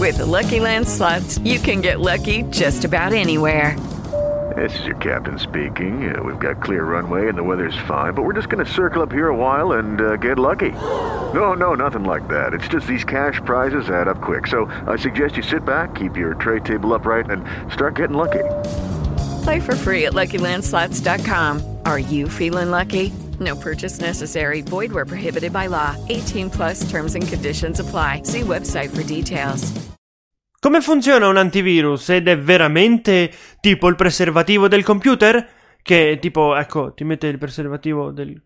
With the Lucky Land Slots, you can get lucky just about anywhere. This is your captain speaking. We've got clear runway and the weather's fine, but we're just going to circle up here a while and get lucky. No, nothing like that. It's just these cash prizes add up quick. So I suggest you sit back, keep your tray table upright, and start getting lucky. Play for free at LuckyLandSlots.com. Are you feeling lucky? No purchase necessary. Void where prohibited by law. 18 plus terms and conditions apply. See website for details. Come funziona un antivirus? Ed è veramente tipo il preservativo del computer? Che tipo, ecco, ti mette il preservativo del...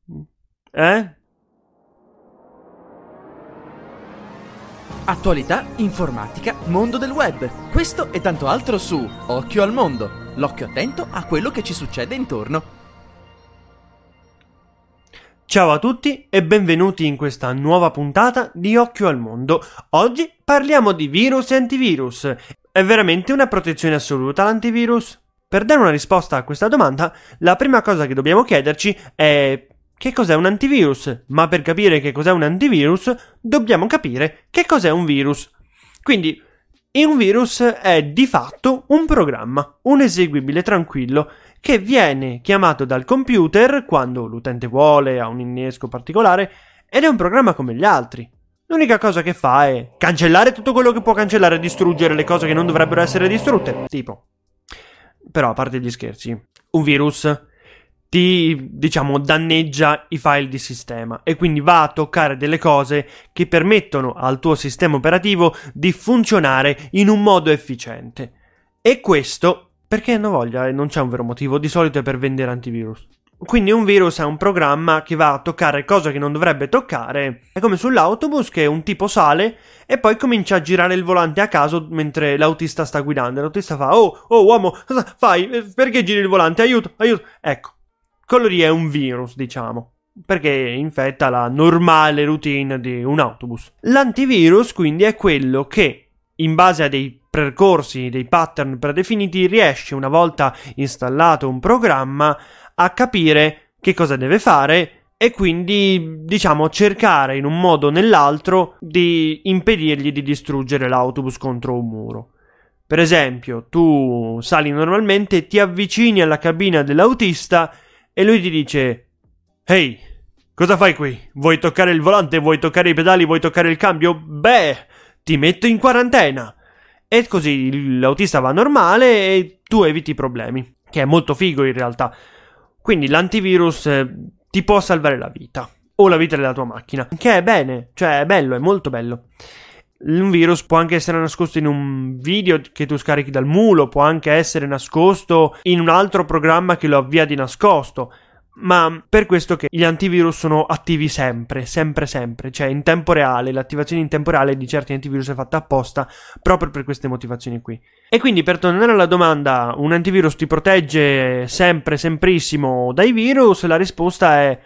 Attualità, informatica, mondo del web. Questo e tanto altro su Occhio al Mondo. L'occhio attento a quello che ci succede intorno. Ciao a tutti e benvenuti in questa nuova puntata di Occhio al Mondo. Oggi parliamo di virus e antivirus. È veramente una protezione assoluta l'antivirus? Per dare una risposta a questa domanda, la prima cosa che dobbiamo chiederci è: che cos'è un antivirus? Ma per capire che cos'è un antivirus, dobbiamo capire che cos'è un virus. Quindi, un virus è di fatto un programma, un eseguibile tranquillo, che viene chiamato dal computer quando l'utente vuole, ha un innesco particolare, ed è un programma come gli altri. L'unica cosa che fa è cancellare tutto quello che può cancellare e distruggere le cose che non dovrebbero essere distrutte, tipo. Però, a parte gli scherzi, un virus ti, danneggia i file di sistema e quindi va a toccare delle cose che permettono al tuo sistema operativo di funzionare in un modo efficiente. E questo perché hanno voglia e non c'è un vero motivo, di solito è per vendere antivirus. Quindi un virus è un programma che va a toccare cose che non dovrebbe toccare. È come sull'autobus che un tipo sale e poi comincia a girare il volante a caso mentre l'autista sta guidando. L'autista fa: oh uomo, cosa fai? Perché giri il volante? Aiuto. Ecco, quello lì è un virus, diciamo, perché infetta la normale routine di un autobus. L'antivirus quindi è quello che, in base a dei percorsi, dei pattern predefiniti, riesce, una volta installato un programma, a capire che cosa deve fare e quindi, cercare in un modo o nell'altro di impedirgli di distruggere l'autobus contro un muro. Per esempio, tu sali normalmente, ti avvicini alla cabina dell'autista e lui ti dice: «Ehi, cosa fai qui? Vuoi toccare il volante? Vuoi toccare i pedali? Vuoi toccare il cambio? Beh, ti metto in quarantena!» E così l'autista va normale e tu eviti i problemi, che è molto figo in realtà. Quindi l'antivirus ti può salvare la vita, o la vita della tua macchina, che è bene, cioè è bello, è molto bello. Un virus può anche essere nascosto in un video che tu scarichi dal mulo, può anche essere nascosto in un altro programma che lo avvia di nascosto. Ma per questo che gli antivirus sono attivi sempre, cioè in tempo reale, l'attivazione in tempo reale di certi antivirus è fatta apposta proprio per queste motivazioni qui. E quindi, per tornare alla domanda, un antivirus ti protegge semprissimo dai virus? La risposta è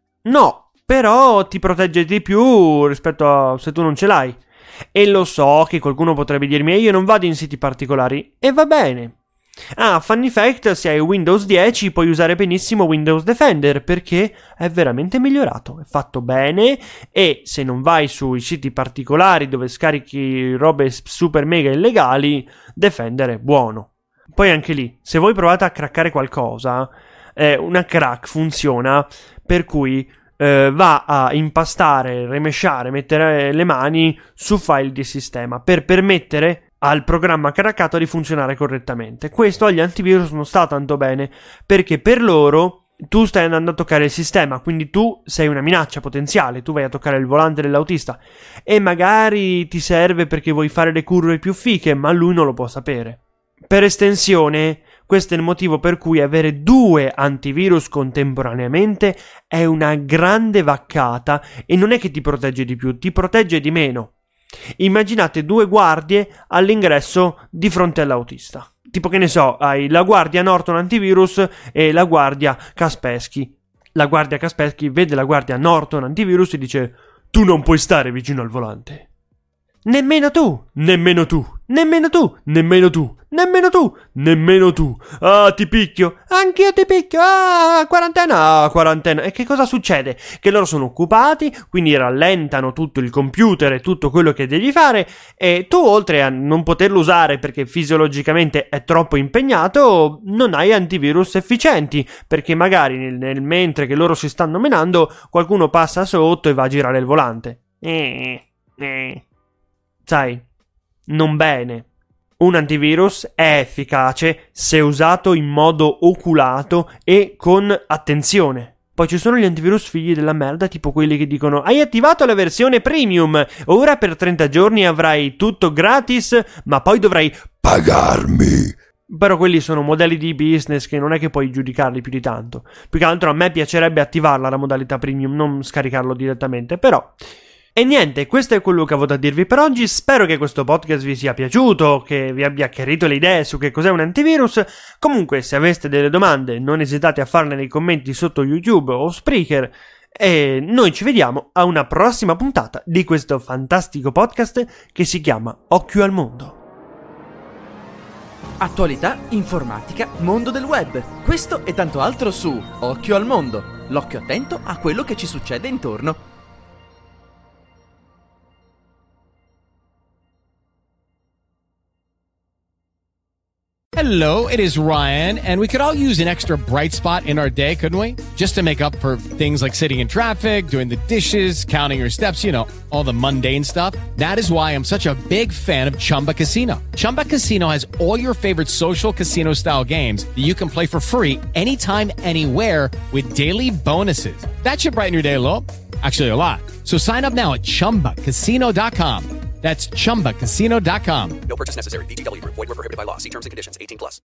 no, però ti protegge di più rispetto a se tu non ce l'hai. E lo so che qualcuno potrebbe dirmi: io non vado in siti particolari, e va bene. Funny fact, se hai Windows 10 puoi usare benissimo Windows Defender perché è veramente migliorato, è fatto bene, e se non vai sui siti particolari dove scarichi robe super mega illegali, Defender è buono. Poi anche lì, se voi provate a craccare qualcosa, una crack funziona per cui va a impastare, remesciare, mettere le mani su file di sistema per permettere al programma craccato di funzionare correttamente. Questo agli antivirus non sta tanto bene, perché per loro tu stai andando a toccare il sistema, quindi tu sei una minaccia potenziale, tu vai a toccare il volante dell'autista e magari ti serve perché vuoi fare le curve più fiche, ma lui non lo può sapere. Per estensione, questo è il motivo per cui avere 2 antivirus contemporaneamente è una grande vaccata e non è che ti protegge di più, ti protegge di meno. Immaginate 2 guardie all'ingresso di fronte all'autista. Tipo, che ne so, hai la guardia Norton antivirus e la guardia Kaspersky. La guardia Kaspersky vede la guardia Norton antivirus e dice: «Tu non puoi stare vicino al volante». Nemmeno tu, Nemmeno tu, nemmeno tu, nemmeno tu, nemmeno tu. Ah, ti picchio. Anch'io ti picchio. Ah, quarantena. Ah, quarantena. E che cosa succede? Che loro sono occupati, quindi rallentano tutto il computer e tutto quello che devi fare, e tu, oltre a non poterlo usare perché fisiologicamente è troppo impegnato, non hai antivirus efficienti, perché magari nel mentre che loro si stanno menando, qualcuno passa sotto e va a girare il volante. Sai, non bene. Un antivirus è efficace se usato in modo oculato e con attenzione. Poi ci sono gli antivirus figli della merda, tipo quelli che dicono: hai attivato la versione premium, ora per 30 giorni avrai tutto gratis, ma poi dovrai pagarmi. Però quelli sono modelli di business che non è che puoi giudicarli più di tanto. Più che altro a me piacerebbe attivarla la modalità premium, non scaricarlo direttamente, però... E niente, questo è quello che avevo da dirvi per oggi. Spero che questo podcast vi sia piaciuto, che vi abbia chiarito le idee su che cos'è un antivirus. Comunque, se aveste delle domande, non esitate a farle nei commenti sotto YouTube o Spreaker. E noi ci vediamo a una prossima puntata di questo fantastico podcast che si chiama Occhio al Mondo. Attualità, informatica, mondo del web. Questo e tanto altro su Occhio al Mondo. L'occhio attento a quello che ci succede intorno. Hello, it is Ryan, and we could all use an extra bright spot in our day, couldn't we? Just to make up for things like sitting in traffic, doing the dishes, counting your steps, you know, all the mundane stuff. That is why I'm such a big fan of Chumba Casino. Chumba Casino has all your favorite social casino-style games that you can play for free anytime, anywhere with daily bonuses. That should brighten your day a little. Actually, a lot. So sign up now at ChumbaCasino.com. That's ChumbaCasino.com. No purchase necessary. VGW Group. Void where prohibited by law. See terms and conditions. 18+.